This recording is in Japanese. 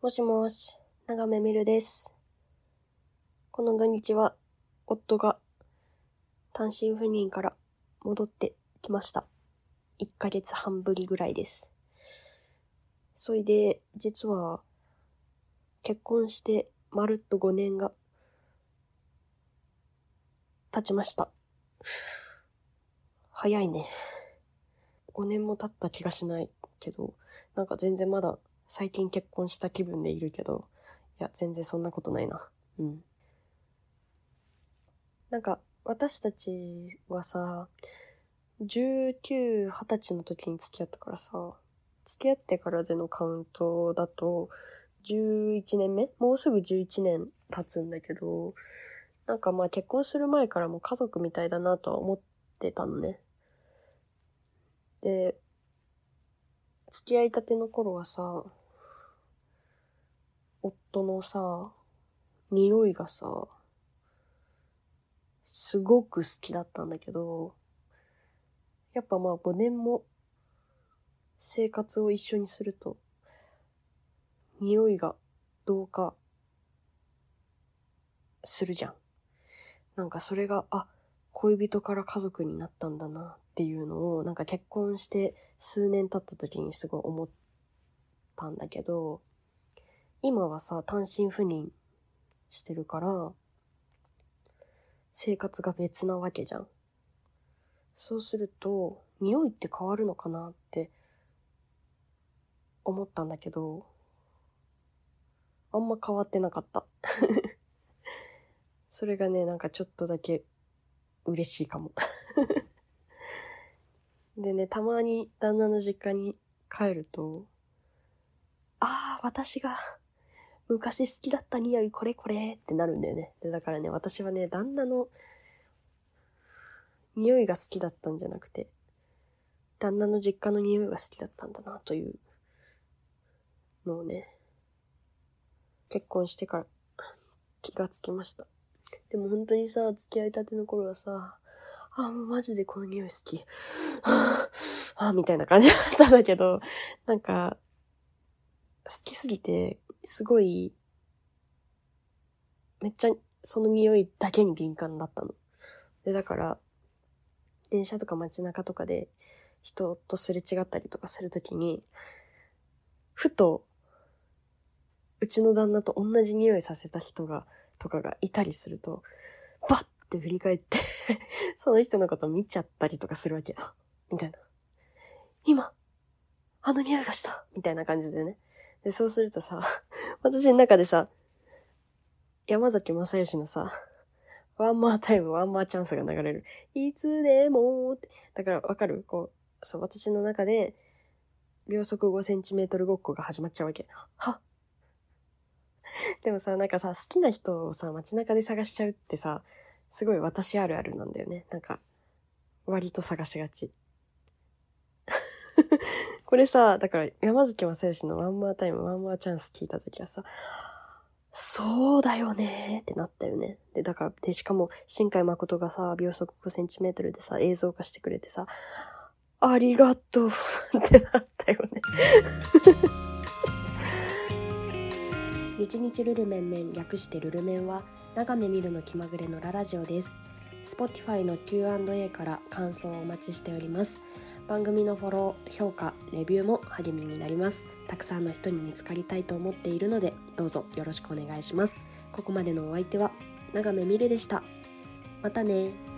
もしもし、長めみるです。この土日は夫が単身赴任から戻ってきました。1ヶ月半ぶりぐらいです。それで、実は結婚してまるっと5年が経ちました。早いね。5年も経った気がしないけど、なんか全然まだ最近結婚した気分でいるけど、いや全然そんなことないな。なんか私たちはさ、19、20歳の時に付き合ったからさ、付き合ってからでのカウントだと11年目？もうすぐ11年経つんだけど、なんかまあ結婚する前からも家族みたいだなとは思ってたのね。で、付き合いたての頃はさ、夫のさ、匂いがさ、すごく好きだったんだけど、やっぱまあ5年も生活を一緒にすると、匂いが同化するじゃん。なんかそれが、恋人から家族になったんだなっていうのを、なんか結婚して数年経った時にすごい思ったんだけど、今はさ、単身赴任してるから、生活が別なわけじゃん。そうすると、匂いって変わるのかなって思ったんだけど、あんま変わってなかった。それがね、なんかちょっとだけ嬉しいかも。でね、たまに旦那の実家に帰ると、私が昔好きだった匂いこれこれってなるんだよね。でだからね、私はね、旦那の匂いが好きだったんじゃなくて、旦那の実家の匂いが好きだったんだなというのをね、結婚してから気がつきました。でも本当にさ、付き合いたての頃はさ、もうマジでこの匂い好き。みたいな感じだったんだけど、なんか、好きすぎて、すごい、めっちゃその匂いだけに敏感だったの。で、だから、電車とか街中とかで人とすれ違ったりとかするときに、ふと、うちの旦那と同じ匂いさせた人とかがいたりすると、バッて振り返ってその人のこと見ちゃったりとかするわけ。みたいな。今、あの匂いがしたみたいな感じでね。で、そうするとさ、私の中でさ、山崎正義のさ、ワンマータイム、ワンマーチャンスが流れる。いつでもって。だからわかる？そう、私の中で、秒速5センチメートルごっこが始まっちゃうわけ。でもさ、なんかさ、好きな人をさ、街中で探しちゃうってさ、すごい私あるあるなんだよね。なんか、割と探しがち。これさ、だから山崎正義のワンマータイム、ワンマーチャンス聞いたときはさ、そうだよねーってなったよね。で、だから、で、しかも、新海誠がさ、秒速5センチメートルでさ、映像化してくれてさ、ありがとうってなったよね。日日ルルメンメン略してルルメンは、長め見るの気まぐれのラジオです。Spotify の Q&A から感想をお待ちしております。番組のフォロー、評価、レビューも励みになります。たくさんの人に見つかりたいと思っているので、どうぞよろしくお願いします。ここまでのお相手は、長めみるでした。またね。